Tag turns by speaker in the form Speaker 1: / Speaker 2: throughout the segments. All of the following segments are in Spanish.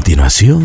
Speaker 1: continuación,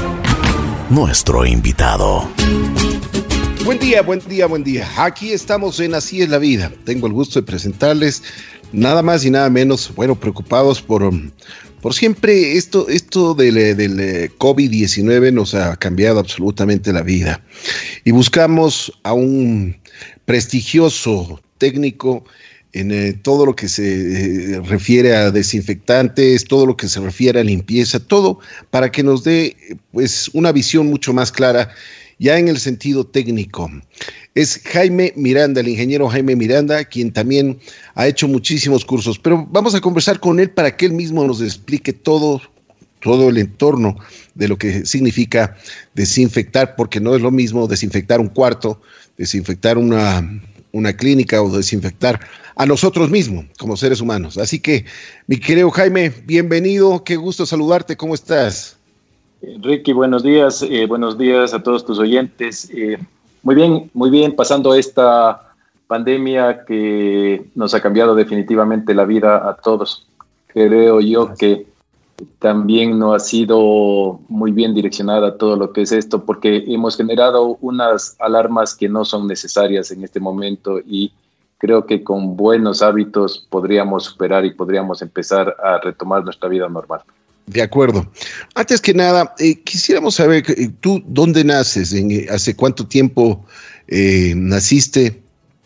Speaker 1: nuestro invitado.
Speaker 2: Buen día, buen día, buen día. Aquí estamos en Así es la Vida. Tengo el gusto de presentarles nada más y nada menos, preocupados por siempre esto del COVID-19 nos ha cambiado absolutamente la vida. Y buscamos a un prestigioso técnico en todo lo que se refiere a desinfectantes, todo lo que se refiere a limpieza, todo para que nos dé pues una visión mucho más clara ya en el sentido técnico. Es Jaime Miranda, el ingeniero Jaime Miranda, quien también ha hecho muchísimos cursos, pero vamos a conversar con él para que él mismo nos explique todo el entorno de lo que significa desinfectar, porque no es lo mismo desinfectar un cuarto, desinfectar una clínica o desinfectar a nosotros mismos como seres humanos. Así que, mi querido Jaime, bienvenido, qué gusto saludarte, ¿cómo estás?
Speaker 3: Ricky, buenos días a todos tus oyentes. Muy bien, pasando esta pandemia que nos ha cambiado definitivamente la vida a todos. Creo yo que también no ha sido muy bien direccionada todo lo que es esto, porque hemos generado unas alarmas que no son necesarias en este momento y creo que con buenos hábitos podríamos superar y podríamos empezar a retomar nuestra vida normal.
Speaker 2: De acuerdo. Antes que nada, quisiéramos saber, ¿tú dónde naces? ¿Hace cuánto tiempo naciste?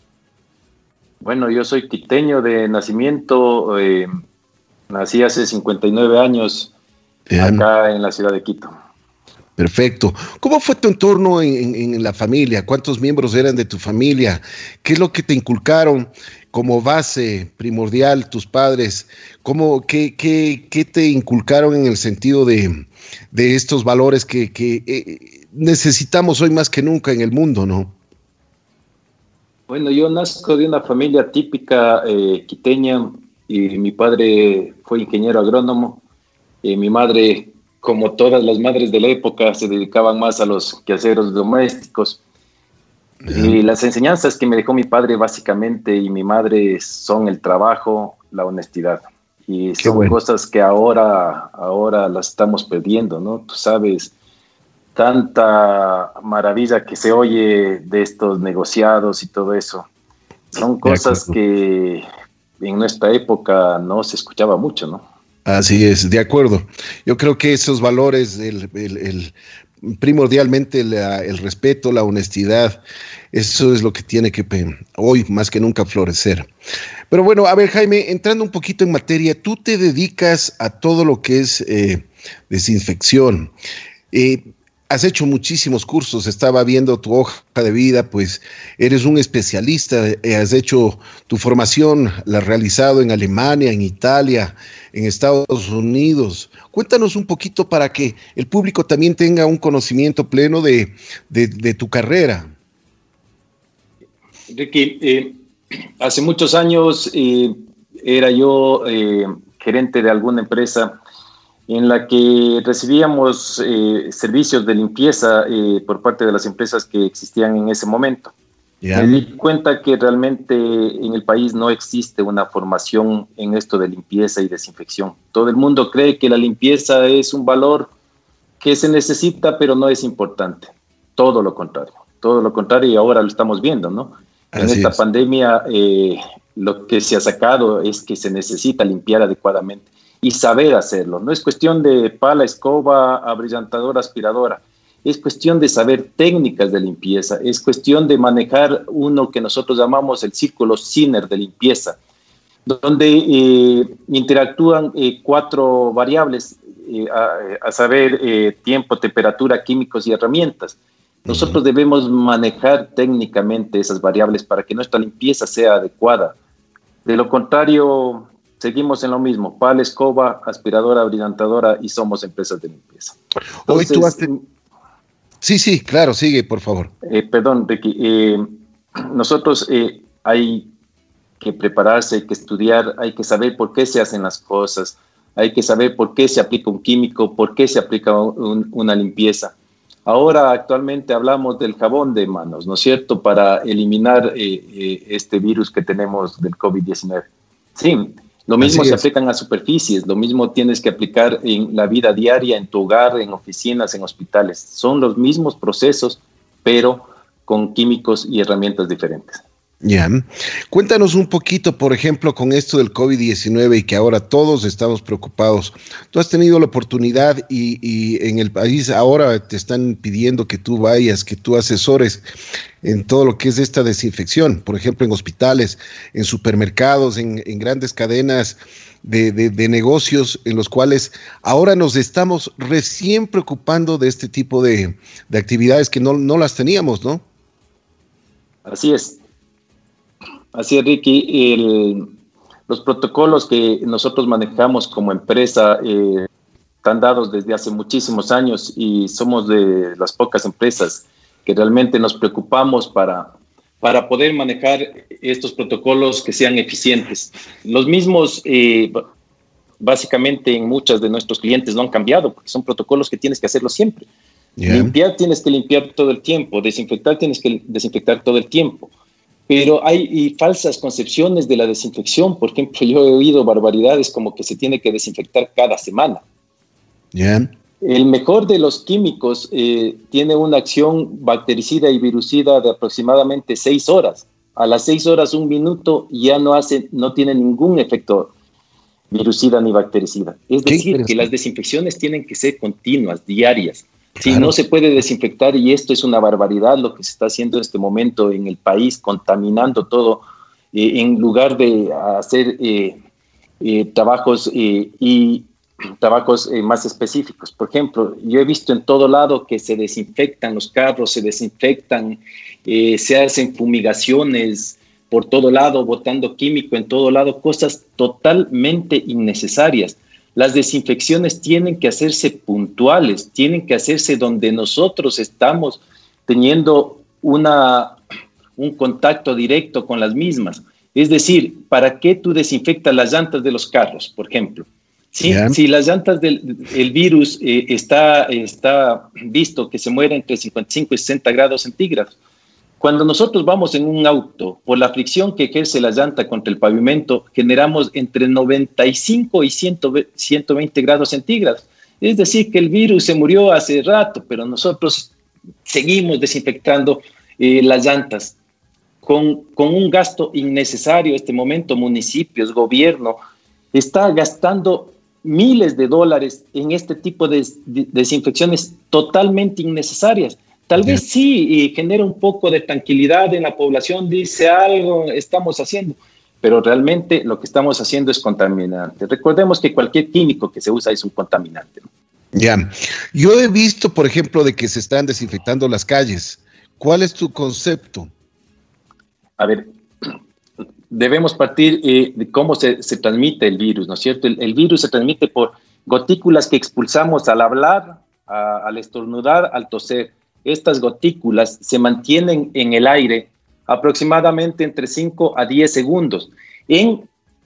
Speaker 3: Bueno, yo soy quiteño de nacimiento, nací hace 59 años acá en la ciudad de Quito.
Speaker 2: Perfecto. ¿Cómo fue tu entorno en la familia? ¿Cuántos miembros eran de tu familia? ¿Qué es lo que te inculcaron como base primordial tus padres? ¿Qué te inculcaron en el sentido de estos valores que necesitamos hoy más que nunca en el mundo, ¿no?
Speaker 3: Bueno, yo nazco de una familia típica quiteña y mi padre fue ingeniero agrónomo y mi madre, como todas las madres de la época, se dedicaban más a los quehaceres domésticos. Y las enseñanzas que me dejó mi padre básicamente y mi madre son el trabajo, la honestidad. Y son cosas que ahora las estamos perdiendo, ¿no? Tú sabes, tanta maravilla que se oye de estos negociados y todo eso. Son cosas que en nuestra época no se escuchaba mucho, ¿no?
Speaker 2: Así es, de acuerdo. Yo creo que esos valores, primordialmente el respeto, la honestidad, eso es lo que tiene que hoy más que nunca florecer. Pero bueno, a ver, Jaime, entrando un poquito en materia, tú te dedicas a todo lo que es desinfección. Has hecho muchísimos cursos, estaba viendo tu hoja de vida, pues eres un especialista, has hecho tu formación, la has realizado en Alemania, en Italia, en Estados Unidos. Cuéntanos un poquito para que el público también tenga un conocimiento pleno de tu carrera.
Speaker 3: Ricky, hace muchos años era yo gerente de alguna empresa en la que recibíamos servicios de limpieza por parte de las empresas que existían en ese momento. Me di cuenta que realmente en el país no existe una formación en esto de limpieza y desinfección. Todo el mundo cree que la limpieza es un valor que se necesita, pero no es importante. Todo lo contrario, y ahora lo estamos viendo, ¿no? En esta pandemia lo que se ha sacado es que se necesita limpiar adecuadamente y saber hacerlo. No es cuestión de pala, escoba, abrillantadora, aspiradora. Es cuestión de saber técnicas de limpieza. Es cuestión de manejar uno que nosotros llamamos el círculo Zinner de limpieza, donde interactúan 4 variables, a saber, tiempo, temperatura, químicos y herramientas. Nosotros debemos manejar técnicamente esas variables para que nuestra limpieza sea adecuada. De lo contrario, seguimos en lo mismo: pala, escoba, aspiradora, abrillantadora, y somos empresas de limpieza. Entonces,
Speaker 2: Sí, claro, sigue, por favor.
Speaker 3: Perdón, Ricky. Nosotros hay que prepararse, hay que estudiar, hay que saber por qué se hacen las cosas, hay que saber por qué se aplica un químico, por qué se aplica una limpieza. Ahora, actualmente hablamos del jabón de manos, ¿no es cierto?, para eliminar este virus que tenemos del COVID-19. Sí, Lo mismo se aplican a superficies, lo mismo tienes que aplicar en la vida diaria, en tu hogar, en oficinas, en hospitales. Son los mismos procesos, pero con químicos y herramientas diferentes.
Speaker 2: Ya. Cuéntanos un poquito, por ejemplo, con esto del COVID-19 y que ahora todos estamos preocupados. Tú has tenido la oportunidad y en el país ahora te están pidiendo que tú vayas, que tú asesores en todo lo que es esta desinfección, por ejemplo, en hospitales, en supermercados, en grandes cadenas de negocios en los cuales ahora nos estamos recién preocupando de este tipo de actividades que no las teníamos, ¿no?
Speaker 3: Así es. Así es, Ricky. Los protocolos que nosotros manejamos como empresa están dados desde hace muchísimos años y somos de las pocas empresas que realmente nos preocupamos para poder manejar estos protocolos que sean eficientes. Los mismos, básicamente en muchos de nuestros clientes no han cambiado porque son protocolos que tienes que hacerlo siempre. Yeah. Limpiar tienes que limpiar todo el tiempo, desinfectar tienes que desinfectar todo el tiempo. Pero hay falsas concepciones de la desinfección. Por ejemplo, yo he oído barbaridades como que se tiene que desinfectar cada semana.
Speaker 2: Yeah.
Speaker 3: El mejor de los químicos tiene una acción bactericida y virucida de aproximadamente 6 horas. A las 6 horas, 1 minuto, ya no tiene ningún efecto virucida ni bactericida. Es decir, que las desinfecciones tienen que ser continuas, diarias. Si no se puede desinfectar, y esto es una barbaridad lo que se está haciendo en este momento en el país, contaminando todo, en lugar de hacer trabajos más específicos. Por ejemplo, yo he visto en todo lado que se desinfectan los carros, se desinfectan, se hacen fumigaciones por todo lado, botando químico en todo lado, cosas totalmente innecesarias. Las desinfecciones tienen que hacerse puntuales, tienen que hacerse donde nosotros estamos teniendo un contacto directo con las mismas. Es decir, ¿para qué tú desinfectas las llantas de los carros, por ejemplo? ¿Sí? Yeah. Si las llantas del virus está visto que se muere entre 55 y 60 grados centígrados. Cuando nosotros vamos en un auto, por la fricción que ejerce la llanta contra el pavimento, generamos entre 95 y 120 grados centígrados. Es decir, que el virus se murió hace rato, pero nosotros seguimos desinfectando las llantas con un gasto innecesario. En este momento, municipios, gobierno, está gastando miles de dólares en este tipo de desinfecciones totalmente innecesarias. Tal vez sí genera un poco de tranquilidad en la población, dice algo estamos haciendo, pero realmente lo que estamos haciendo es contaminante. Recordemos que cualquier químico que se usa es un contaminante, ¿no?
Speaker 2: Ya. Yo he visto, por ejemplo, de que se están desinfectando las calles. ¿Cuál es tu concepto?
Speaker 3: A ver, debemos partir de cómo se transmite el virus, ¿no es cierto? El virus se transmite por gotículas que expulsamos al hablar, al estornudar, al toser. Estas gotículas se mantienen en el aire aproximadamente entre 5 a 10 segundos. En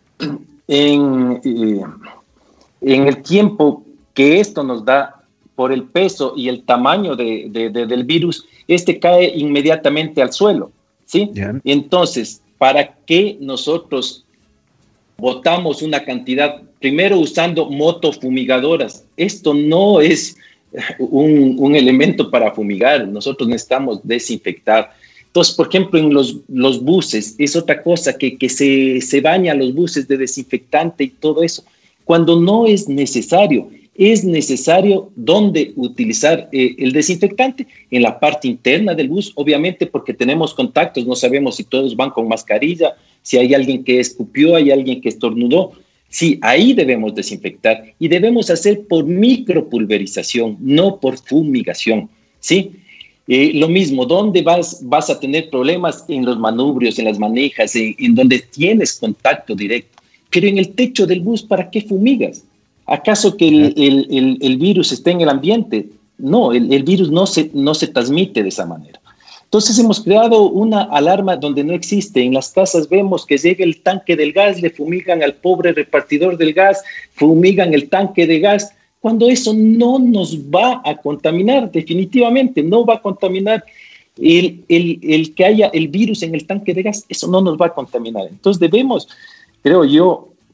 Speaker 3: el tiempo que esto nos da, por el peso y el tamaño del virus, cae inmediatamente al suelo, ¿sí? Yeah. Entonces, ¿para qué nosotros botamos una cantidad? Primero usando motofumigadoras. Esto no es un elemento para fumigar. Nosotros necesitamos desinfectar. Entonces, por ejemplo, en los buses, es otra cosa que se baña los buses de desinfectante y todo eso. Cuando no es necesario ¿dónde utilizar el desinfectante? En la parte interna del bus, obviamente, porque tenemos contactos, no sabemos si todos van con mascarilla, si hay alguien que escupió, hay alguien que estornudó. Sí, ahí debemos desinfectar y debemos hacer por micropulverización, no por fumigación, ¿sí? Lo mismo, ¿dónde vas a tener problemas? En los manubrios, en las manejas, en donde tienes contacto directo. Pero en el techo del bus, ¿para qué fumigas? ¿Acaso que el virus esté en el ambiente? No, el virus no se transmite de esa manera. Entonces hemos creado una alarma donde no existe. En las casas vemos que llega el tanque del gas, le fumigan al pobre repartidor del gas, fumigan el tanque de gas, cuando eso no nos va a contaminar, definitivamente no va a contaminar. El que haya el virus en el tanque de gas, eso no nos va a contaminar. Entonces debemos, creo yo,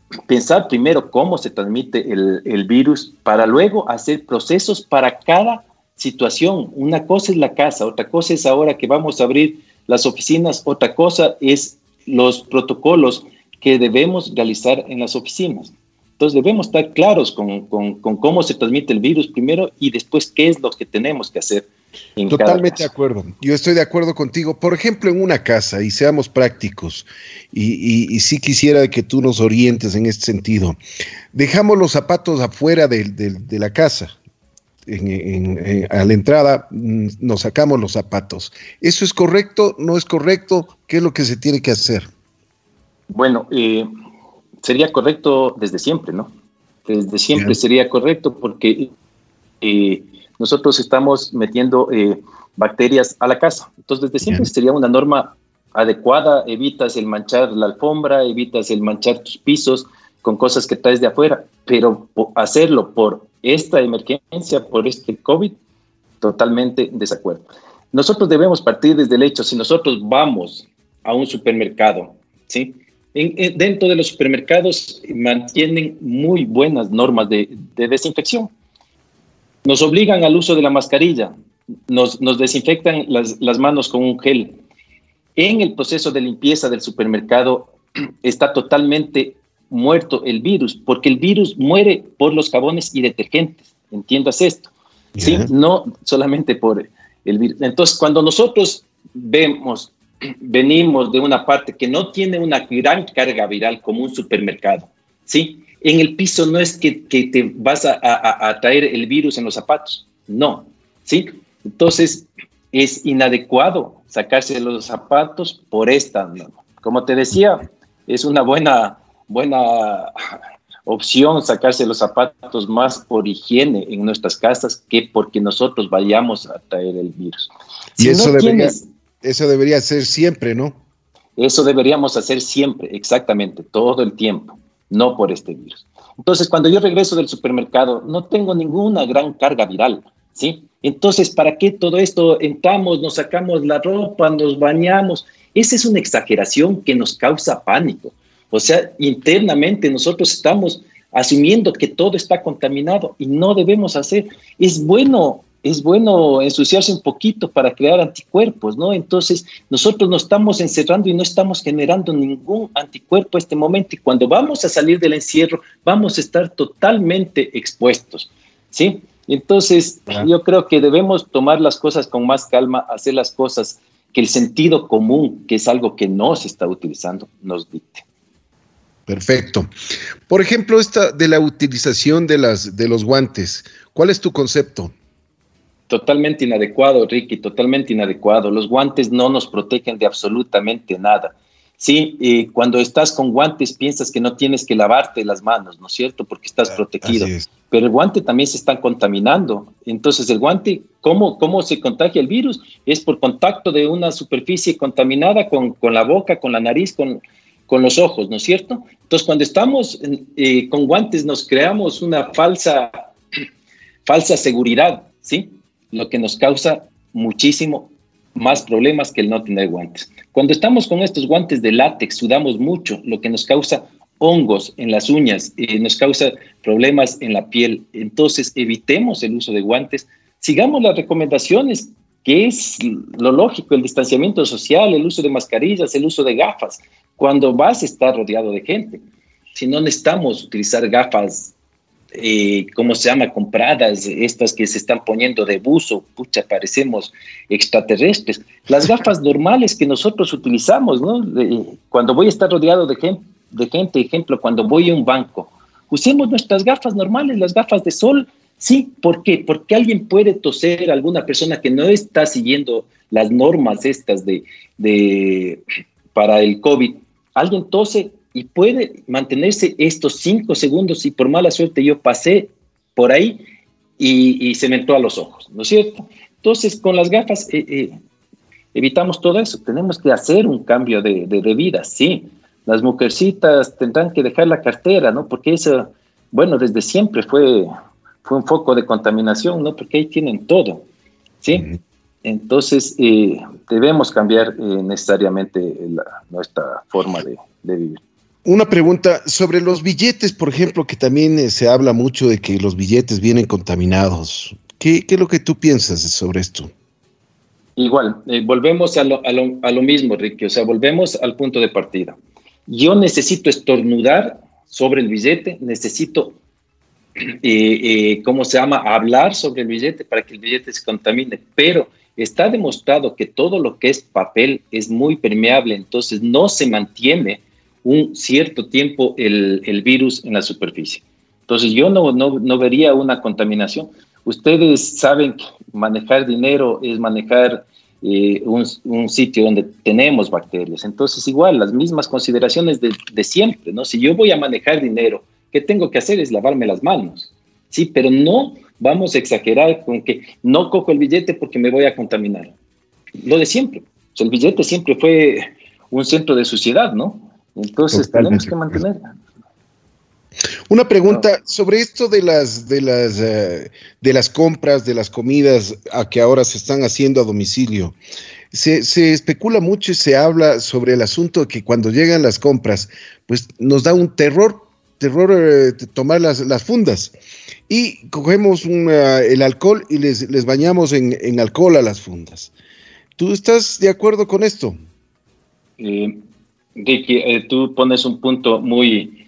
Speaker 3: pensar primero cómo se transmite el virus para luego hacer procesos para cada situación. Una cosa es la casa, otra cosa es ahora que vamos a abrir las oficinas, otra cosa es los protocolos que debemos realizar en las oficinas. Entonces debemos estar claros con cómo se transmite el virus primero y después qué es lo que tenemos que hacer.
Speaker 2: Totalmente de acuerdo. Yo estoy de acuerdo contigo. Por ejemplo, en una casa, y seamos prácticos, y sí quisiera que tú nos orientes en este sentido. Dejamos los zapatos afuera de la casa. A la entrada nos sacamos los zapatos. ¿Eso es correcto? ¿No es correcto? ¿Qué es lo que se tiene que hacer?
Speaker 3: Bueno, sería correcto desde siempre, ¿no? Desde siempre sería correcto porque nosotros estamos metiendo bacterias a la casa. Entonces, desde siempre sería una norma adecuada. Evitas el manchar la alfombra, evitas el manchar tus pisos con cosas que traes de afuera, pero hacerlo por esta emergencia, por este COVID, totalmente desacuerdo. Nosotros debemos partir desde el hecho, si nosotros vamos a un supermercado, ¿sí? Dentro de los supermercados mantienen muy buenas normas de desinfección. Nos obligan al uso de la mascarilla, nos desinfectan las manos con un gel. En el proceso de limpieza del supermercado está totalmente muerto el virus, porque el virus muere por los jabones y detergentes, entiendas esto, ¿sí? No solamente por el virus. Entonces, cuando nosotros venimos de una parte que no tiene una gran carga viral como un supermercado, ¿sí? En el piso no es que te vas a traer el virus en los zapatos, no, ¿sí? Entonces, es inadecuado sacarse los zapatos por esta norma. Como te decía, es una buena opción sacarse los zapatos más por higiene en nuestras casas que porque nosotros vayamos a traer el virus.
Speaker 2: Y eso debería ser siempre, ¿no?
Speaker 3: Eso deberíamos hacer siempre, exactamente, todo el tiempo, no por este virus. Entonces, cuando yo regreso del supermercado, no tengo ninguna gran carga viral, ¿sí? Entonces, ¿para qué todo esto? Entramos, nos sacamos la ropa, nos bañamos. Esa es una exageración que nos causa pánico. O sea, internamente nosotros estamos asumiendo que todo está contaminado y no debemos hacer. Es bueno ensuciarse un poquito para crear anticuerpos, ¿no? Entonces, nosotros nos estamos encerrando y no estamos generando ningún anticuerpo en este momento. Y cuando vamos a salir del encierro, vamos a estar totalmente expuestos, ¿sí? Entonces, yo creo que debemos tomar las cosas con más calma, hacer las cosas que el sentido común, que es algo que no se está utilizando, nos dicte.
Speaker 2: Perfecto. Por ejemplo, esta de la utilización de los guantes, ¿cuál es tu concepto?
Speaker 3: Totalmente inadecuado, Ricky, totalmente inadecuado. Los guantes no nos protegen de absolutamente nada. Sí, cuando estás con guantes piensas que no tienes que lavarte las manos, ¿no es cierto? Porque estás protegido. Pero el guante también se está contaminando. Entonces, el guante, ¿cómo se contagia el virus? Es por contacto de una superficie contaminada con la boca, con la nariz, con los ojos, ¿no es cierto? Entonces, cuando estamos con guantes nos creamos una falsa seguridad, ¿sí? Lo que nos causa muchísimo más problemas que el no tener guantes. Cuando estamos con estos guantes de látex, sudamos mucho, lo que nos causa hongos en las uñas, nos causa problemas en la piel. Entonces, evitemos el uso de guantes, sigamos las recomendaciones, que es lo lógico, el distanciamiento social, el uso de mascarillas, el uso de gafas, cuando vas a estar rodeado de gente. Si no necesitamos utilizar gafas, ¿cómo se llama? Compradas, estas que se están poniendo de buzo, pucha, parecemos extraterrestres. Las gafas normales que nosotros utilizamos, ¿no? Cuando voy a estar rodeado de gente, ejemplo, cuando voy a un banco, usemos nuestras gafas normales, las gafas de sol. Sí, ¿por qué? Porque alguien puede toser, alguna persona que no está siguiendo las normas estas para el COVID. Alguien tose y puede mantenerse estos 5 segundos y por mala suerte yo pasé por ahí y se me entró a los ojos, ¿no es cierto? Entonces, con las gafas evitamos todo eso. Tenemos que hacer un cambio de vida, sí. Las mujercitas tendrán que dejar la cartera, ¿no? Porque eso, bueno, desde siempre fue un foco de contaminación, ¿no? Porque ahí tienen todo, ¿sí? Entonces, debemos cambiar necesariamente nuestra forma de vivir.
Speaker 2: Una pregunta sobre los billetes, por ejemplo, que también se habla mucho de que los billetes vienen contaminados. ¿Qué es lo que tú piensas sobre esto?
Speaker 3: Igual, volvemos a lo mismo, Ricky, o sea, volvemos al punto de partida. Yo necesito estornudar sobre el billete, necesito, ¿cómo se llama?, hablar sobre el billete para que el billete se contamine, pero está demostrado que todo lo que es papel es muy permeable, entonces no se mantiene un cierto tiempo el virus en la superficie. Entonces yo no vería una contaminación. Ustedes saben que manejar dinero es manejar un sitio donde tenemos bacterias. Entonces igual, las mismas consideraciones de siempre, ¿no? Si yo voy a manejar dinero, ¿qué tengo que hacer? Es lavarme las manos, ¿sí? Pero no vamos a exagerar con que no cojo el billete porque me voy a contaminar. Lo de siempre. O sea, el billete siempre fue un centro de suciedad, ¿no? Entonces tenemos que mantenerla.
Speaker 2: Una pregunta sobre esto de las compras, de las comidas a que ahora se están haciendo a domicilio. Se especula mucho y se habla sobre el asunto de que cuando llegan las compras, pues nos da un terror tomar las fundas. Y cogemos el alcohol y les bañamos en alcohol a las fundas. ¿Tú estás de acuerdo con esto?
Speaker 3: Ricky, tú pones un punto muy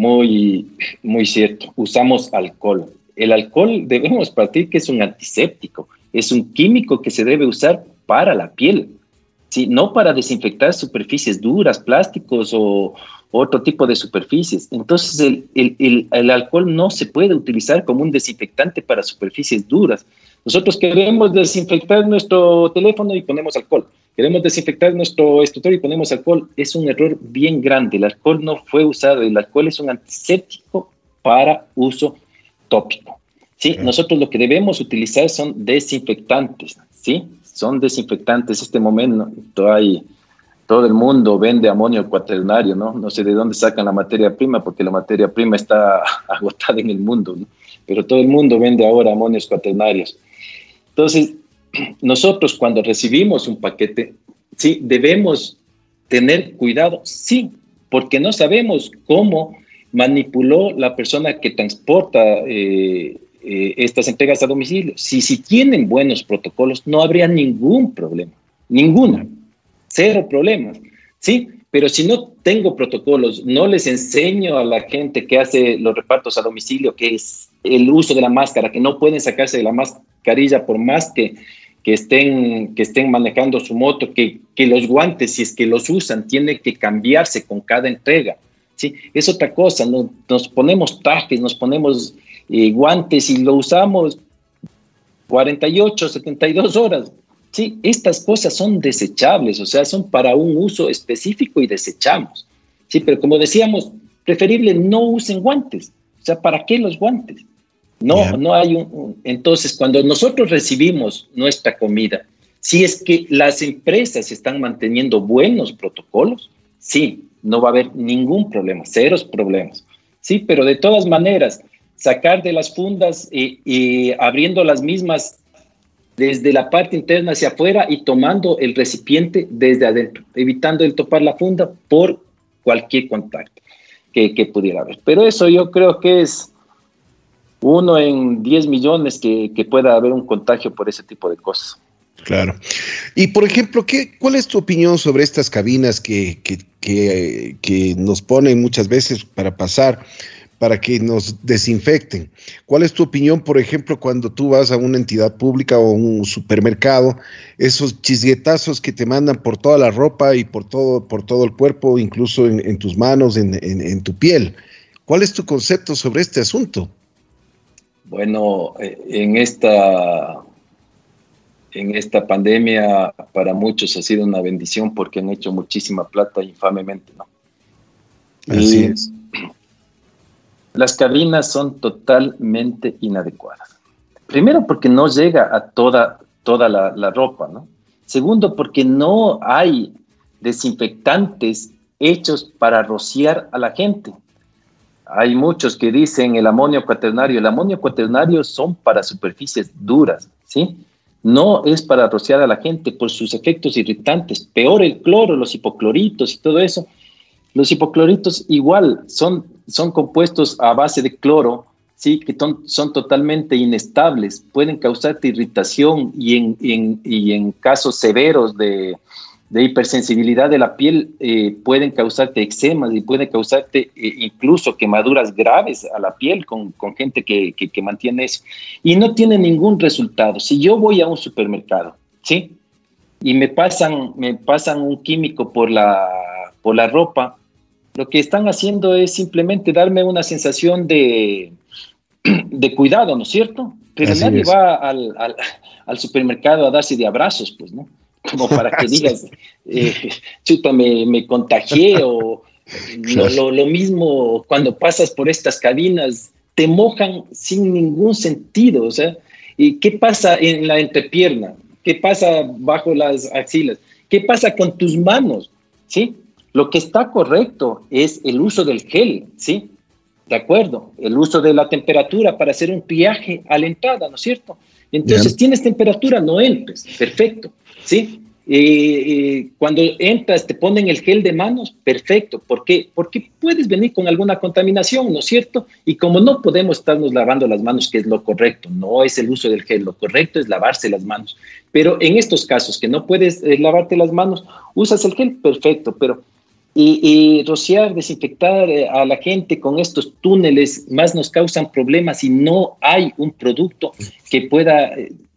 Speaker 3: cierto. Usamos alcohol. El alcohol debemos partir que es un antiséptico, es un químico que se debe usar para la piel, ¿sí? No para desinfectar superficies duras, plásticos o otro tipo de superficies. Entonces el alcohol no se puede utilizar como un desinfectante para superficies duras. Nosotros queremos desinfectar nuestro teléfono y ponemos alcohol. Queremos desinfectar nuestro escritorio y ponemos alcohol. Es un error bien grande. El alcohol no fue usado. El alcohol es un antiséptico para uso tópico, ¿sí? Nosotros lo que debemos utilizar son desinfectantes, ¿sí? Son desinfectantes. Este momento todo el mundo vende amonio cuaternario, ¿no? No sé de dónde sacan la materia prima, porque la materia prima está agotada en el mundo, ¿no? Pero todo el mundo vende ahora amonios cuaternarios. Entonces, nosotros cuando recibimos un paquete, sí, debemos tener cuidado, sí, porque no sabemos cómo manipuló la persona que transporta estas entregas a domicilio. Si tienen buenos protocolos, no habría ningún problema, ninguna, cero problemas, ¿sí? Pero si no tengo protocolos, no les enseño a la gente que hace los repartos a domicilio, que es el uso de la máscara, que no pueden sacarse de la mascarilla por más que estén manejando su moto, que los guantes, si es que los usan, tienen que cambiarse con cada entrega, ¿sí? Es otra cosa, nos ponemos trajes, nos ponemos guantes y lo usamos 48, 72 horas. Sí, estas cosas son desechables, o sea, son para un uso específico y desechamos. Sí, pero como decíamos, preferible no usen guantes. O sea, ¿para qué los guantes? No hay Entonces, cuando nosotros recibimos nuestra comida, si es que las empresas están manteniendo buenos protocolos, sí, no va a haber ningún problema, ceros problemas. Sí, pero de todas maneras, sacar de las fundas y abriendo las mismas desde la parte interna hacia afuera y tomando el recipiente desde adentro, evitando el topar la funda por cualquier contacto que pudiera haber. Pero eso yo creo que es 1 en 10 millones que pueda haber un contagio por ese tipo de cosas.
Speaker 2: Claro. Y, por ejemplo, ¿cuál es tu opinión sobre estas cabinas que nos ponen muchas veces para que nos desinfecten? ¿Cuál es tu opinión, por ejemplo, cuando tú vas a una entidad pública o un supermercado, esos chisguetazos que te mandan por toda la ropa y por todo el cuerpo, incluso en tus manos, en tu piel? ¿Cuál es tu concepto sobre este asunto?
Speaker 3: Bueno, en esta pandemia para muchos ha sido una bendición porque han hecho muchísima plata infamemente, ¿no?
Speaker 2: Así es.
Speaker 3: Las cabinas son totalmente inadecuadas. Primero, porque no llega a toda la ropa, ¿no? Segundo, porque no hay desinfectantes hechos para rociar a la gente. Hay muchos que dicen el amonio cuaternario. El amonio cuaternario son para superficies duras, ¿sí? No es para rociar a la gente por sus efectos irritantes. Peor el cloro, los hipocloritos y todo eso. Los hipocloritos igual son compuestos a base de cloro, ¿sí? Que son totalmente inestables, pueden causarte irritación y en casos severos de hipersensibilidad de la piel pueden causarte eczemas y pueden causarte incluso quemaduras graves a la piel con gente que mantiene eso. Y no tiene ningún resultado. Si yo voy a un supermercado, ¿sí? Y me pasan un químico por la ropa, lo que están haciendo es simplemente darme una sensación de cuidado, ¿no es cierto? Pero
Speaker 2: Así
Speaker 3: nadie
Speaker 2: es.
Speaker 3: va al supermercado a darse de abrazos, pues, ¿no? Como para que digas, chuta, me contagié, o
Speaker 2: Claro.
Speaker 3: lo mismo cuando pasas por estas cabinas, te mojan sin ningún sentido. O sea, ¿y qué pasa en la entrepierna? ¿Qué pasa bajo las axilas? ¿Qué pasa con tus manos? ¿Sí? Lo que está correcto es el uso del gel, ¿sí? De acuerdo, el uso de la temperatura para hacer un pliaje a la entrada, ¿no es cierto? Entonces,
Speaker 2: Ya.
Speaker 3: tienes temperatura, no entres, perfecto, ¿sí? Cuando entras, te ponen el gel de manos, perfecto. ¿Por qué? Porque puedes venir con alguna contaminación, ¿no es cierto? Y como no podemos estarnos lavando las manos, que es lo correcto, no es el uso del gel, lo correcto es lavarse las manos. Pero en estos casos que no puedes lavarte las manos, usas el gel, perfecto, pero rociar, desinfectar a la gente con estos túneles más nos causan problemas y no hay un producto que pueda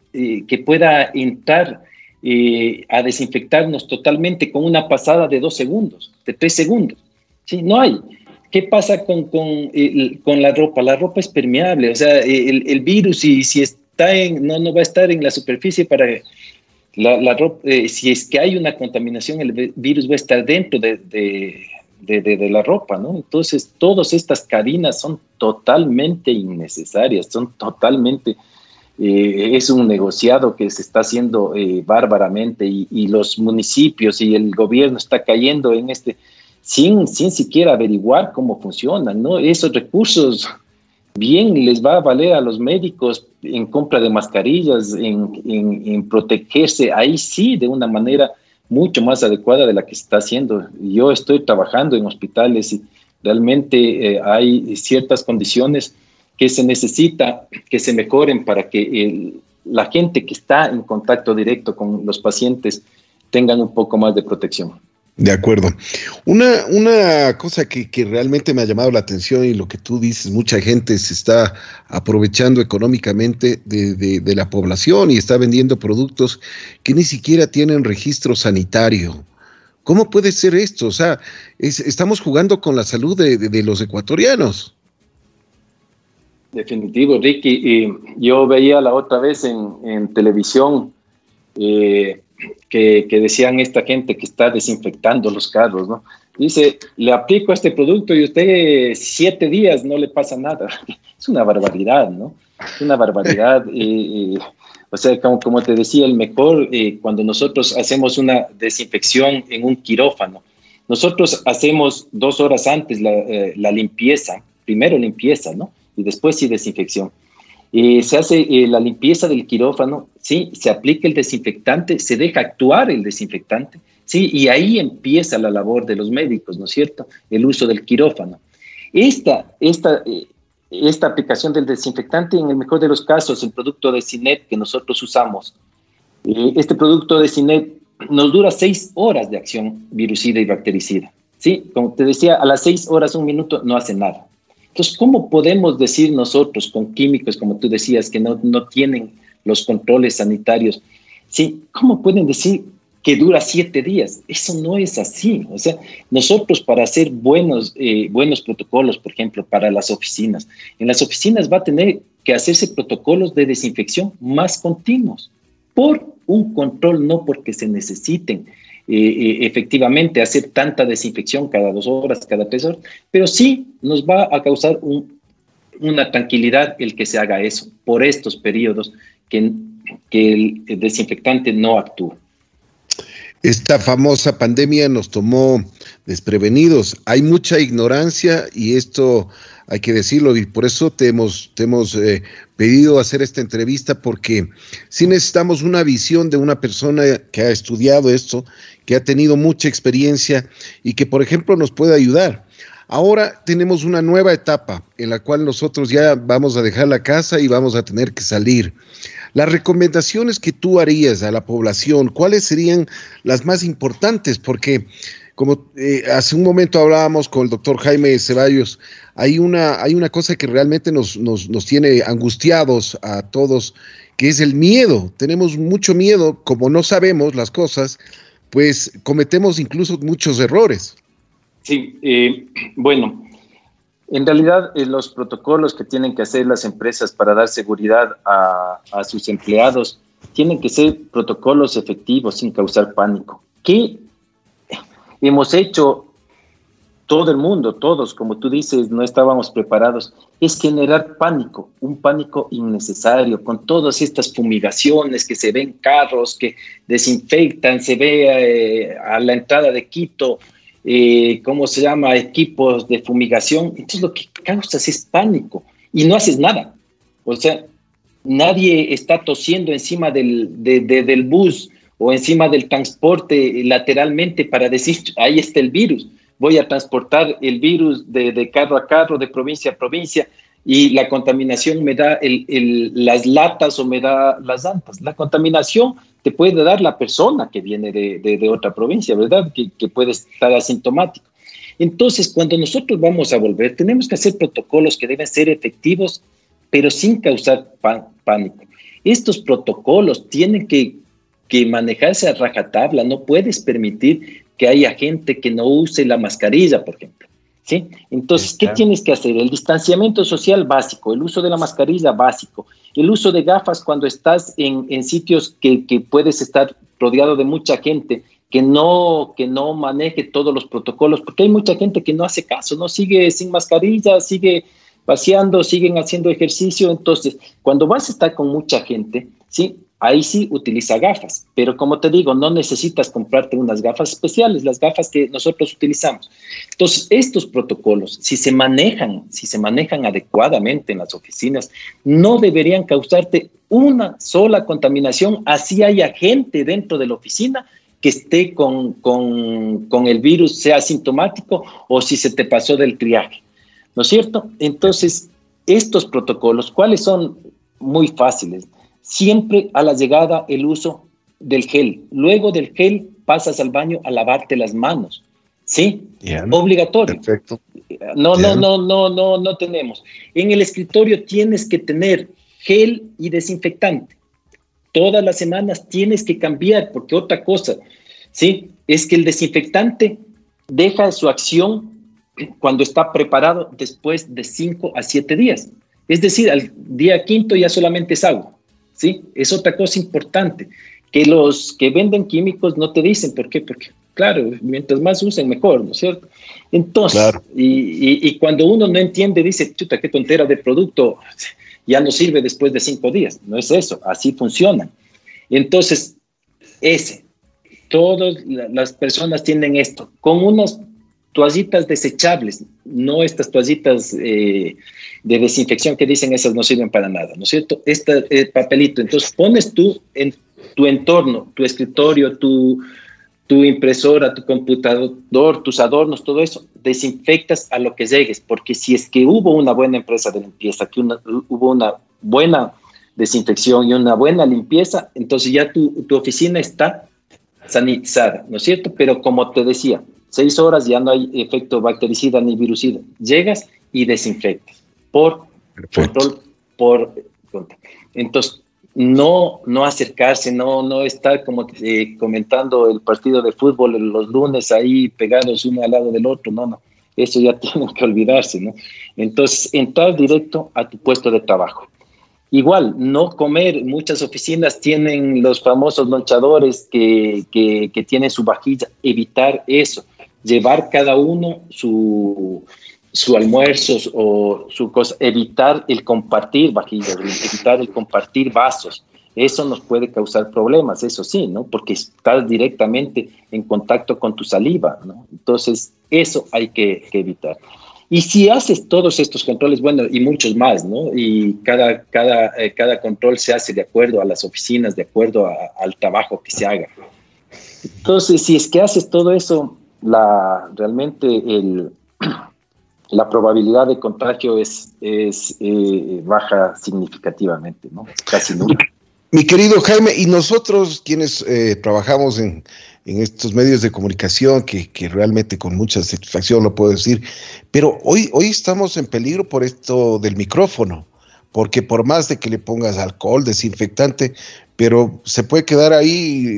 Speaker 3: entrar a desinfectarnos totalmente con una pasada de 2 segundos, de 3 segundos. ¿Sí? No hay. ¿Qué pasa con la ropa? La ropa es permeable, o sea, el virus, si está no va a estar en la superficie para... La ropa, si es que hay una contaminación, el virus va a estar dentro de la ropa, ¿no? Entonces, todas estas cadenas son totalmente innecesarias, son totalmente... es un negociado que se está haciendo bárbaramente y los municipios y el gobierno está cayendo en sin siquiera averiguar cómo funcionan, ¿no? Esos recursos bien les va a valer a los médicos en compra de mascarillas, en protegerse, ahí sí, de una manera mucho más adecuada de la que se está haciendo. Yo estoy trabajando en hospitales y realmente hay ciertas condiciones que se necesita que se mejoren para que la gente que está en contacto directo con los pacientes tengan un poco más de protección.
Speaker 2: De acuerdo. Una cosa que realmente me ha llamado la atención y lo que tú dices, mucha gente se está aprovechando económicamente de la población y está vendiendo productos que ni siquiera tienen registro sanitario. ¿Cómo puede ser esto? O sea, estamos jugando con la salud de los ecuatorianos.
Speaker 3: Definitivo, Ricky. Yo veía la otra vez en televisión que decían esta gente que está desinfectando los carros, ¿no? Dice, le aplico este producto y usted 7 días no le pasa nada. Es una barbaridad, ¿no? Es una barbaridad. O sea, como te decía, el mejor cuando nosotros hacemos una desinfección en un quirófano, nosotros hacemos 2 horas antes la limpieza, primero limpieza, ¿no? Y después sí desinfección. Se hace la limpieza del quirófano, ¿sí? Se aplica el desinfectante, se deja actuar el desinfectante, ¿sí? Y ahí empieza la labor de los médicos, ¿no es cierto? El uso del quirófano. Esta aplicación del desinfectante, en el mejor de los casos, el producto de Cinet que nosotros usamos, este producto de Cinet nos dura 6 horas de acción virucida y bactericida, ¿sí? Como te decía, a las 6 horas, 1 minuto, no hace nada. Entonces, ¿cómo podemos decir nosotros con químicos, como tú decías, que no tienen los controles sanitarios? ¿Sí? ¿Cómo pueden decir que dura 7 días? Eso no es así. O sea, nosotros para hacer buenos protocolos, por ejemplo, para las oficinas, en las oficinas va a tener que hacerse protocolos de desinfección más continuos por un control, no porque se necesiten efectivamente hacer tanta desinfección cada 2 horas, cada 3 horas, pero sí nos va a causar una tranquilidad el que se haga eso por estos periodos que el desinfectante no actúa.
Speaker 2: Esta famosa pandemia nos tomó desprevenidos. Hay mucha ignorancia y esto hay que decirlo, y por eso te hemos pedido hacer esta entrevista, porque sí necesitamos una visión de una persona que ha estudiado esto, que ha tenido mucha experiencia y que, por ejemplo, nos puede ayudar. Ahora tenemos una nueva etapa en la cual nosotros ya vamos a dejar la casa y vamos a tener que salir. Las recomendaciones que tú harías a la población, ¿cuáles serían las más importantes? Porque como hace un momento hablábamos con el doctor Jaime Ceballos, hay una cosa que realmente nos tiene angustiados a todos, que es el miedo. Tenemos mucho miedo, como no sabemos las cosas, pues cometemos incluso muchos errores.
Speaker 3: Sí, bueno, en realidad los protocolos que tienen que hacer las empresas para dar seguridad a sus empleados tienen que ser protocolos efectivos sin causar pánico. ¿Qué hemos hecho todo el mundo, todos, como tú dices, no estábamos preparados? Es generar pánico, un pánico innecesario, con todas estas fumigaciones que se ven carros que desinfectan, se ve a la entrada de Quito, ¿cómo se llama? Equipos de fumigación. Entonces lo que causas es pánico y no haces nada. O sea, nadie está tosiendo encima del bus o encima del transporte lateralmente para decir, ahí está el virus. Voy a transportar el virus de carro a carro, de provincia a provincia, y la contaminación me da las latas o me da las antas. La contaminación te puede dar la persona que viene de otra provincia, ¿verdad? Que puede estar asintomático. Entonces, cuando nosotros vamos a volver, tenemos que hacer protocolos que deben ser efectivos, pero sin causar pánico. Estos protocolos tienen que manejarse a rajatabla. No puedes permitir que haya gente que no use la mascarilla, por ejemplo. ¿Sí? Entonces, ¿qué tienes que hacer? El distanciamiento social básico, el uso de la mascarilla básico, el uso de gafas cuando estás en sitios que puedes estar rodeado de mucha gente, que no maneje todos los protocolos, porque hay mucha gente que no hace caso, no sigue sin mascarilla, sigue paseando, siguen haciendo ejercicio. Entonces, cuando vas a estar con mucha gente, ¿sí? Ahí sí utiliza gafas, pero como te digo, no necesitas comprarte unas gafas especiales, las gafas que nosotros utilizamos. Entonces, estos protocolos, si se manejan adecuadamente en las oficinas, no deberían causarte una sola contaminación, así haya gente dentro de la oficina que esté con el virus, sea asintomático o si se te pasó del triaje, ¿no es cierto? Entonces, estos protocolos, ¿cuáles son? Muy fáciles. Siempre a la llegada el uso del gel. Luego del gel pasas al baño a lavarte las manos. ¿Sí? Yeah. Obligatorio.
Speaker 2: Perfecto.
Speaker 3: No tenemos. En el escritorio tienes que tener gel y desinfectante. Todas las semanas tienes que cambiar, porque otra cosa, ¿sí? Es que el desinfectante deja su acción cuando está preparado después de 5 a 7 días. Es decir, al día quinto ya solamente es agua. ¿Sí? Es otra cosa importante, que los que venden químicos no te dicen. ¿Por qué? Porque, claro, mientras más usen, mejor, ¿no es cierto? Entonces, claro. y cuando uno no entiende, dice, chuta, qué tontera de producto, ya no sirve después de 5 días. No es eso, así funciona. Entonces, todas las personas tienen esto, con unas toallitas desechables, no estas toallitas de desinfección que dicen esas no sirven para nada, ¿no es cierto? Este papelito, entonces pones tú en tu entorno, tu escritorio, tu impresora, tu computador, tus adornos, todo eso, desinfectas a lo que llegues, porque si es que hubo una buena empresa de limpieza, hubo una buena desinfección y una buena limpieza, entonces ya tu oficina está sanitizada, ¿no es cierto? Pero como te decía, 6 horas ya no hay efecto bactericida ni virucida. Llegas y desinfectas por control. Entonces, no acercarse, no estar como comentando el partido de fútbol los lunes ahí pegados uno al lado del otro. No. Eso ya tienen que olvidarse, ¿no? Entonces, entrar directo a tu puesto de trabajo. Igual, no comer. Muchas oficinas tienen los famosos lonchadores que tienen su vajilla. Evitar eso. Llevar cada uno su almuerzo o su cosa. Evitar el compartir vajillas, evitar el compartir vasos. Eso nos puede causar problemas, eso sí, ¿no? Porque estás directamente en contacto con tu saliva, ¿no? Entonces, eso hay que evitar. Y si haces todos estos controles, bueno, y muchos más, ¿no? Y cada control se hace de acuerdo a las oficinas, de acuerdo al trabajo que se haga. Entonces, si es que haces todo eso, realmente la probabilidad de contagio es baja significativamente, ¿no? Casi nula.
Speaker 2: Mi querido Jaime, y nosotros quienes trabajamos en estos medios de comunicación, que realmente con mucha satisfacción lo puedo decir, pero hoy estamos en peligro por esto del micrófono, porque por más de que le pongas alcohol, desinfectante, pero se puede quedar ahí,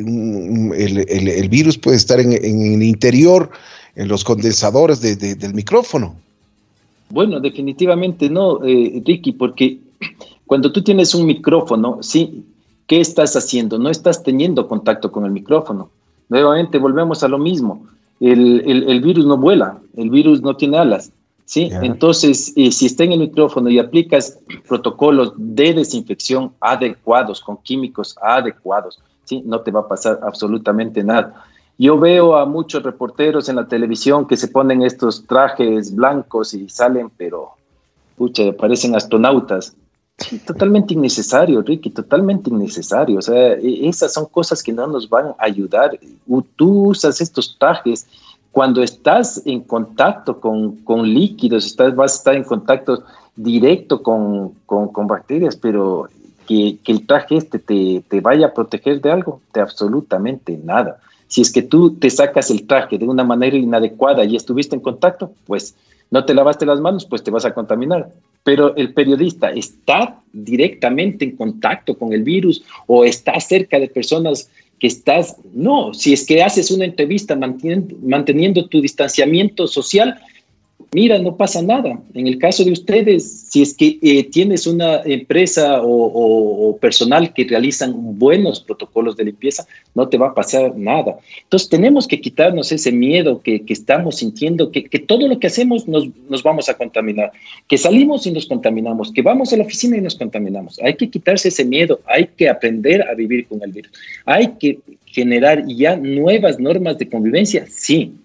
Speaker 2: el virus puede estar en el interior, en los condensadores del micrófono.
Speaker 3: Bueno, definitivamente no, Ricky, porque cuando tú tienes un micrófono, sí, ¿qué estás haciendo? No estás teniendo contacto con el micrófono. Nuevamente volvemos a lo mismo. El virus no vuela, el virus no tiene alas, ¿sí? Yeah. Entonces, si está en el micrófono y aplicas protocolos de desinfección adecuados, con químicos adecuados, ¿sí? No te va a pasar absolutamente nada. Yo veo a muchos reporteros en la televisión que se ponen estos trajes blancos y salen, pero, pucha, parecen astronautas. Totalmente innecesario, Ricky, totalmente innecesario. O sea, esas son cosas que no nos van a ayudar. Tú usas estos trajes cuando estás en contacto con líquidos, vas a estar en contacto directo con bacterias, pero que el traje te vaya a proteger de algo, de absolutamente nada. Si es que tú te sacas el traje de una manera inadecuada y estuviste en contacto, pues no te lavaste las manos, pues te vas a contaminar. Pero el periodista está directamente en contacto con el virus o está cerca de personas que no, si es que haces una entrevista manteniendo tu distanciamiento social, mira, no pasa nada. En el caso de ustedes, si es que tienes una empresa o personal que realizan buenos protocolos de limpieza, no te va a pasar nada. Entonces tenemos que quitarnos ese miedo que estamos sintiendo, que todo lo que hacemos nos vamos a contaminar, que salimos y nos contaminamos, que vamos a la oficina y nos contaminamos. Hay que quitarse ese miedo, hay que aprender a vivir con el virus. Hay que generar ya nuevas normas de convivencia, sí,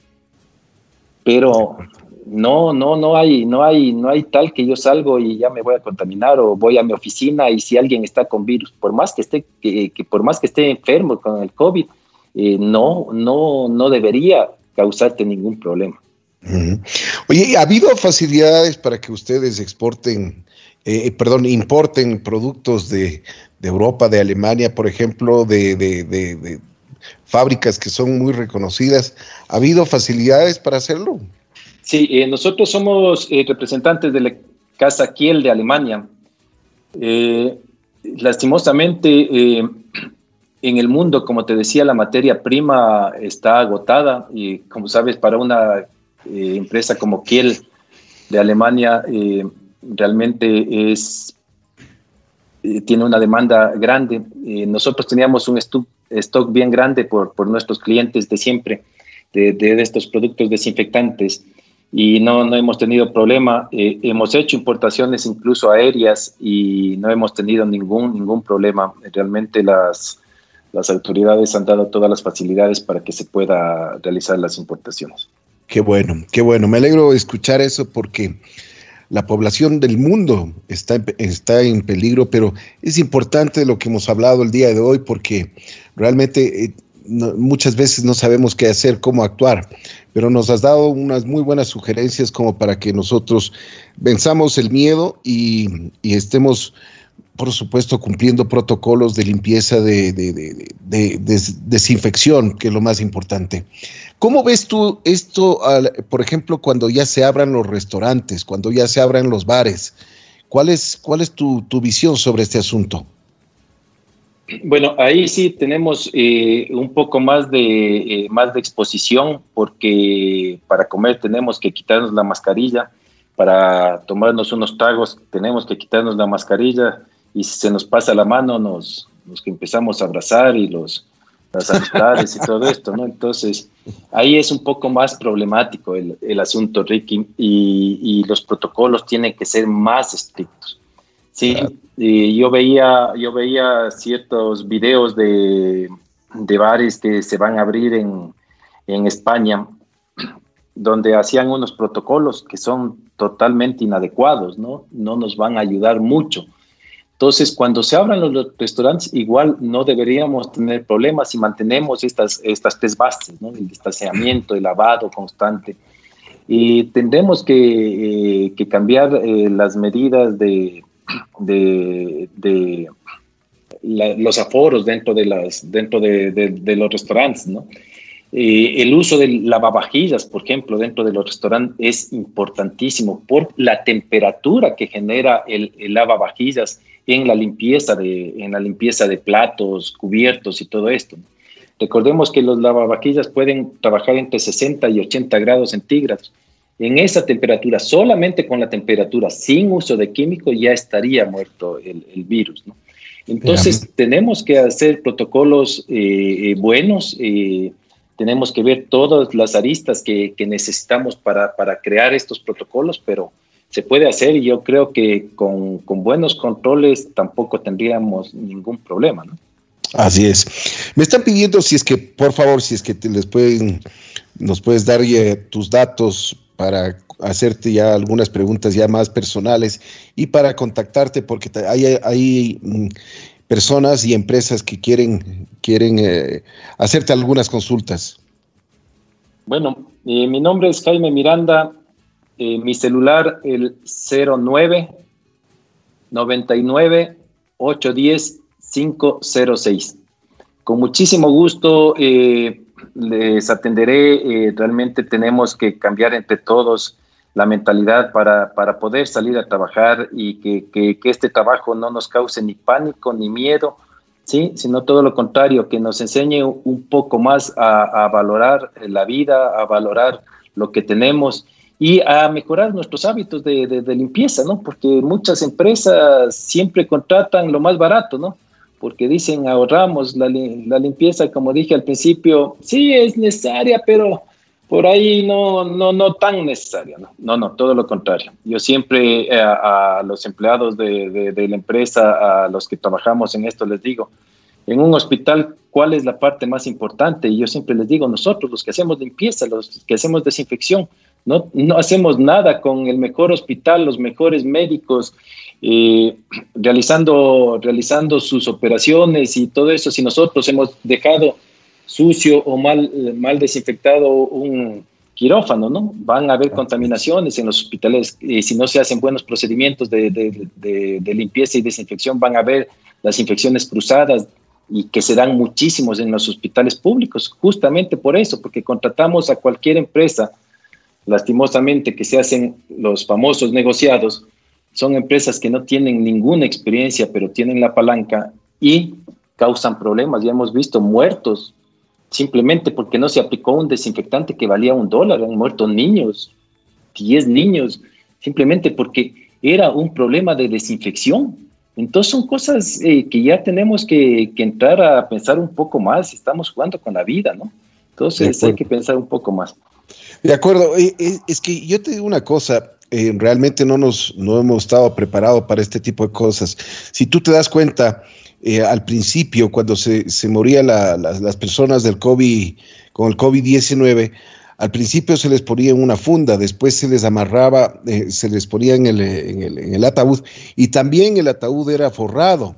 Speaker 3: pero no hay tal que yo salgo y ya me voy a contaminar o voy a mi oficina y si alguien está con virus, por más que esté enfermo con el COVID, no debería causarte ningún problema.
Speaker 2: Uh-huh. Oye, ¿ha habido facilidades para que ustedes importen productos de Europa, de Alemania, por ejemplo, de fábricas que son muy reconocidas? ¿Ha habido facilidades para hacerlo?
Speaker 3: Sí, nosotros somos representantes de la Casa Kiel de Alemania. Lastimosamente, en el mundo, como te decía, la materia prima está agotada y, como sabes, para una empresa como Kiel de Alemania, realmente tiene una demanda grande. Nosotros teníamos un stock bien grande por nuestros clientes de siempre, de estos productos desinfectantes. Y no hemos tenido problema. Hemos hecho importaciones incluso aéreas y no hemos tenido ningún problema. Realmente las autoridades han dado todas las facilidades para que se pueda realizar las importaciones.
Speaker 2: Qué bueno. Me alegro de escuchar eso porque la población del mundo está en peligro, pero es importante lo que hemos hablado el día de hoy porque realmente muchas veces no sabemos qué hacer, cómo actuar, pero nos has dado unas muy buenas sugerencias como para que nosotros venzamos el miedo y estemos, por supuesto, cumpliendo protocolos de limpieza, de desinfección, que es lo más importante. ¿Cómo ves tú esto, por ejemplo, cuando ya se abran los restaurantes, cuando ya se abran los bares? ¿Cuál es tu visión sobre este asunto?
Speaker 3: Bueno, ahí sí tenemos un poco más de exposición porque para comer tenemos que quitarnos la mascarilla, para tomarnos unos tragos tenemos que quitarnos la mascarilla y si se nos pasa la mano nos empezamos a abrazar y las amistades y todo esto, ¿no? Entonces ahí es un poco más problemático el asunto, Ricky, y los protocolos tienen que ser más estrictos. Sí, yo veía ciertos videos de bares que se van a abrir en España donde hacían unos protocolos que son totalmente inadecuados, ¿no? No nos van a ayudar mucho. Entonces, cuando se abran los restaurantes, igual no deberíamos tener problemas si mantenemos estas tres bases, ¿no? El distanciamiento, el lavado constante. Y tendremos que cambiar las medidas de los aforos dentro de los restaurantes, ¿no? El uso de lavavajillas, por ejemplo, dentro de los restaurantes es importantísimo por la temperatura que genera el lavavajillas en la limpieza de platos, cubiertos y todo esto. Recordemos que los lavavajillas pueden trabajar entre 60 y 80 grados centígrados. En esa temperatura, solamente con la temperatura, sin uso de químicos, ya estaría muerto el virus, ¿no? Entonces, tenemos que hacer protocolos buenos, tenemos que ver todas las aristas que necesitamos para crear estos protocolos, pero se puede hacer y yo creo que con buenos controles tampoco tendríamos ningún problema, ¿no?
Speaker 2: Así es. Me están pidiendo por favor, nos puedes dar tus datos para hacerte ya algunas preguntas ya más personales y para contactarte, porque hay personas y empresas que quieren hacerte algunas consultas.
Speaker 3: Bueno, mi nombre es Jaime Miranda, mi celular el 09 99 810 506. Con muchísimo gusto les atenderé. Realmente tenemos que cambiar entre todos la mentalidad para poder salir a trabajar y que este trabajo no nos cause ni pánico ni miedo, ¿sí? Sino todo lo contrario, que nos enseñe un poco más a valorar la vida, a valorar lo que tenemos y a mejorar nuestros hábitos de limpieza, ¿no? Porque muchas empresas siempre contratan lo más barato, ¿no? Porque dicen ahorramos la limpieza, como dije al principio, sí es necesaria, pero por ahí no tan necesaria, ¿no? No, todo lo contrario. Yo siempre a los empleados de la empresa, a los que trabajamos en esto, les digo, en un hospital, ¿cuál es la parte más importante? Y yo siempre les digo, nosotros, los que hacemos limpieza, los que hacemos desinfección, no hacemos nada con el mejor hospital, los mejores médicos, realizando sus operaciones y todo eso. Si nosotros hemos dejado sucio o mal desinfectado un quirófano, ¿no? Van a haber contaminaciones en los hospitales. Si no se hacen buenos procedimientos de limpieza y desinfección, van a haber las infecciones cruzadas y que se dan muchísimos en los hospitales públicos, justamente por eso, porque contratamos a cualquier empresa, lastimosamente, que se hacen los famosos negociados. Son empresas que no tienen ninguna experiencia, pero tienen la palanca y causan problemas. Ya hemos visto muertos simplemente porque no se aplicó un desinfectante que valía $1. Han muerto niños, 10 niños, simplemente porque era un problema de desinfección. Entonces son cosas que ya tenemos que entrar a pensar un poco más. Estamos jugando con la vida, ¿no? Entonces hay que pensar un poco más.
Speaker 2: De acuerdo. Es que yo te digo una cosa. Realmente no hemos estado preparados para este tipo de cosas. Si tú te das cuenta, al principio, cuando se morían las personas del COVID, con el COVID-19, al principio se les ponía en una funda, después se les amarraba, se les ponía en el ataúd, y también el ataúd era forrado.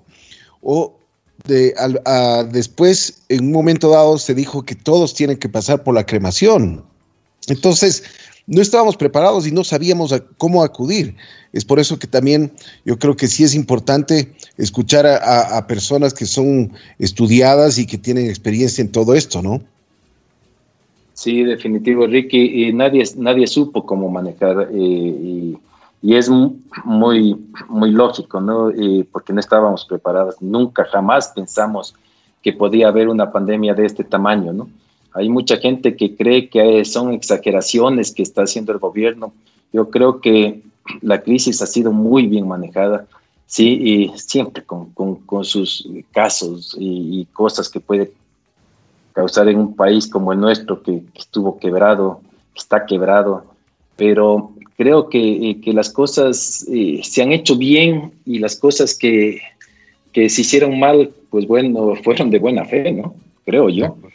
Speaker 2: Después, en un momento dado, se dijo que todos tienen que pasar por la cremación. Entonces, no estábamos preparados y no sabíamos cómo acudir. Es por eso que también yo creo que sí es importante escuchar a personas que son estudiadas y que tienen experiencia en todo esto, ¿no?
Speaker 3: Sí, definitivo, Ricky. Nadie supo cómo manejar y es muy lógico, ¿no? Porque no estábamos preparados. Nunca, jamás pensamos que podía haber una pandemia de este tamaño, ¿no? Hay mucha gente que cree que son exageraciones que está haciendo el gobierno. Yo creo que la crisis ha sido muy bien manejada, sí, y siempre con sus casos y cosas que puede causar en un país como el nuestro, que estuvo quebrado, que está quebrado. Pero creo que las cosas se han hecho bien y las cosas que se hicieron mal, pues bueno, fueron de buena fe, ¿no? Creo yo.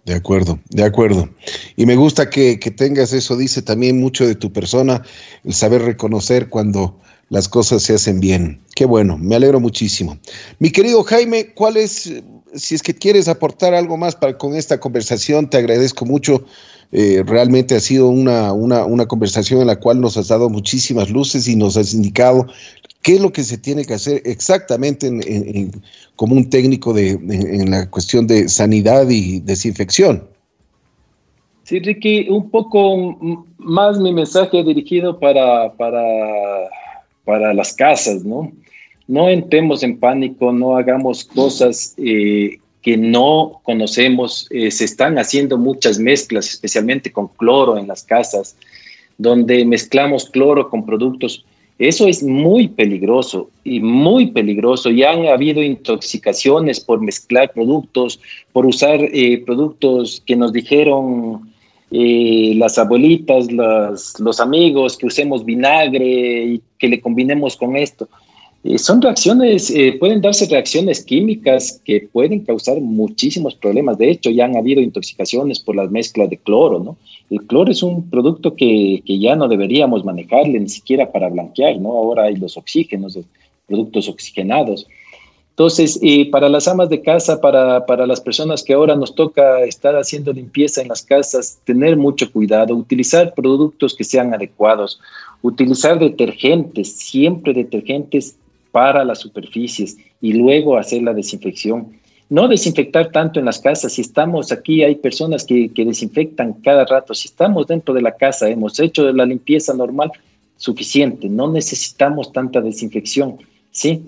Speaker 2: De acuerdo, de acuerdo. Y me gusta que tengas eso, dice también mucho de tu persona, el saber reconocer cuando las cosas se hacen bien. Qué bueno, me alegro muchísimo. Mi querido Jaime, ¿cuál es, si es que quieres aportar algo más con esta conversación? Te agradezco mucho. Realmente ha sido una conversación en la cual nos has dado muchísimas luces y nos has indicado qué es lo que se tiene que hacer exactamente como un técnico en la cuestión de sanidad y desinfección.
Speaker 3: Sí, Ricky, un poco más mi mensaje dirigido para las casas, ¿no? No entremos en pánico, no hagamos cosas que no conocemos. Se están haciendo muchas mezclas, especialmente con cloro en las casas, donde mezclamos cloro con productos. Eso es muy peligroso y muy peligroso. Ya han habido intoxicaciones por mezclar productos, por usar productos que nos dijeron las abuelitas, los amigos, que usemos vinagre y que le combinemos con esto. Son reacciones, pueden darse reacciones químicas que pueden causar muchísimos problemas. De hecho, ya han habido intoxicaciones por las mezclas de cloro, ¿no? El cloro es un producto que ya no deberíamos manejarle ni siquiera para blanquear, ¿no? Ahora hay los oxígenos, productos oxigenados. Entonces, para las amas de casa, para las personas que ahora nos toca estar haciendo limpieza en las casas, tener mucho cuidado, utilizar productos que sean adecuados, utilizar detergentes, siempre detergentes para las superficies y luego hacer la desinfección. No desinfectar tanto en las casas. Si estamos aquí, hay personas que desinfectan cada rato. Si estamos dentro de la casa, hemos hecho la limpieza normal, suficiente. No necesitamos tanta desinfección, ¿sí?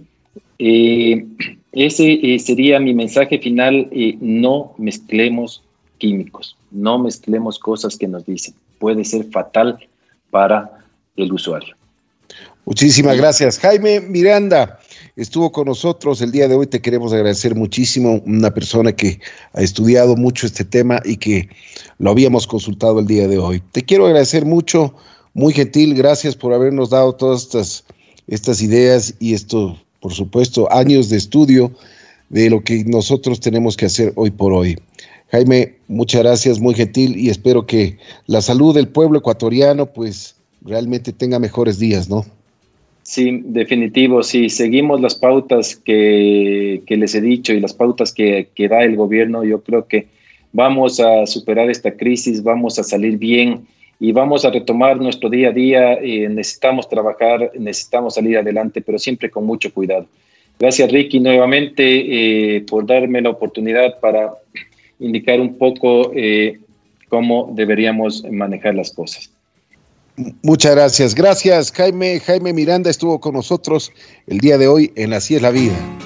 Speaker 3: Ese sería mi mensaje final. No mezclemos químicos, no mezclemos cosas que nos dicen. Puede ser fatal para el usuario.
Speaker 2: Muchísimas gracias. Jaime Miranda estuvo con nosotros el día de hoy. Te queremos agradecer muchísimo. Una persona que ha estudiado mucho este tema y que lo habíamos consultado el día de hoy. Te quiero agradecer mucho, muy gentil. Gracias por habernos dado todas estas ideas y esto, por supuesto, años de estudio de lo que nosotros tenemos que hacer hoy por hoy. Jaime, muchas gracias, muy gentil, y espero que la salud del pueblo ecuatoriano pues realmente tenga mejores días, ¿no?
Speaker 3: Sí, definitivo, sí. Seguimos las pautas que les he dicho y las pautas que da el gobierno. Yo creo que vamos a superar esta crisis, vamos a salir bien y vamos a retomar nuestro día a día. Necesitamos trabajar, necesitamos salir adelante, pero siempre con mucho cuidado. Gracias, Ricky, nuevamente por darme la oportunidad para indicar un poco cómo deberíamos manejar las cosas.
Speaker 2: Muchas gracias. Gracias, Jaime. Jaime Miranda estuvo con nosotros el día de hoy en Así es la Vida.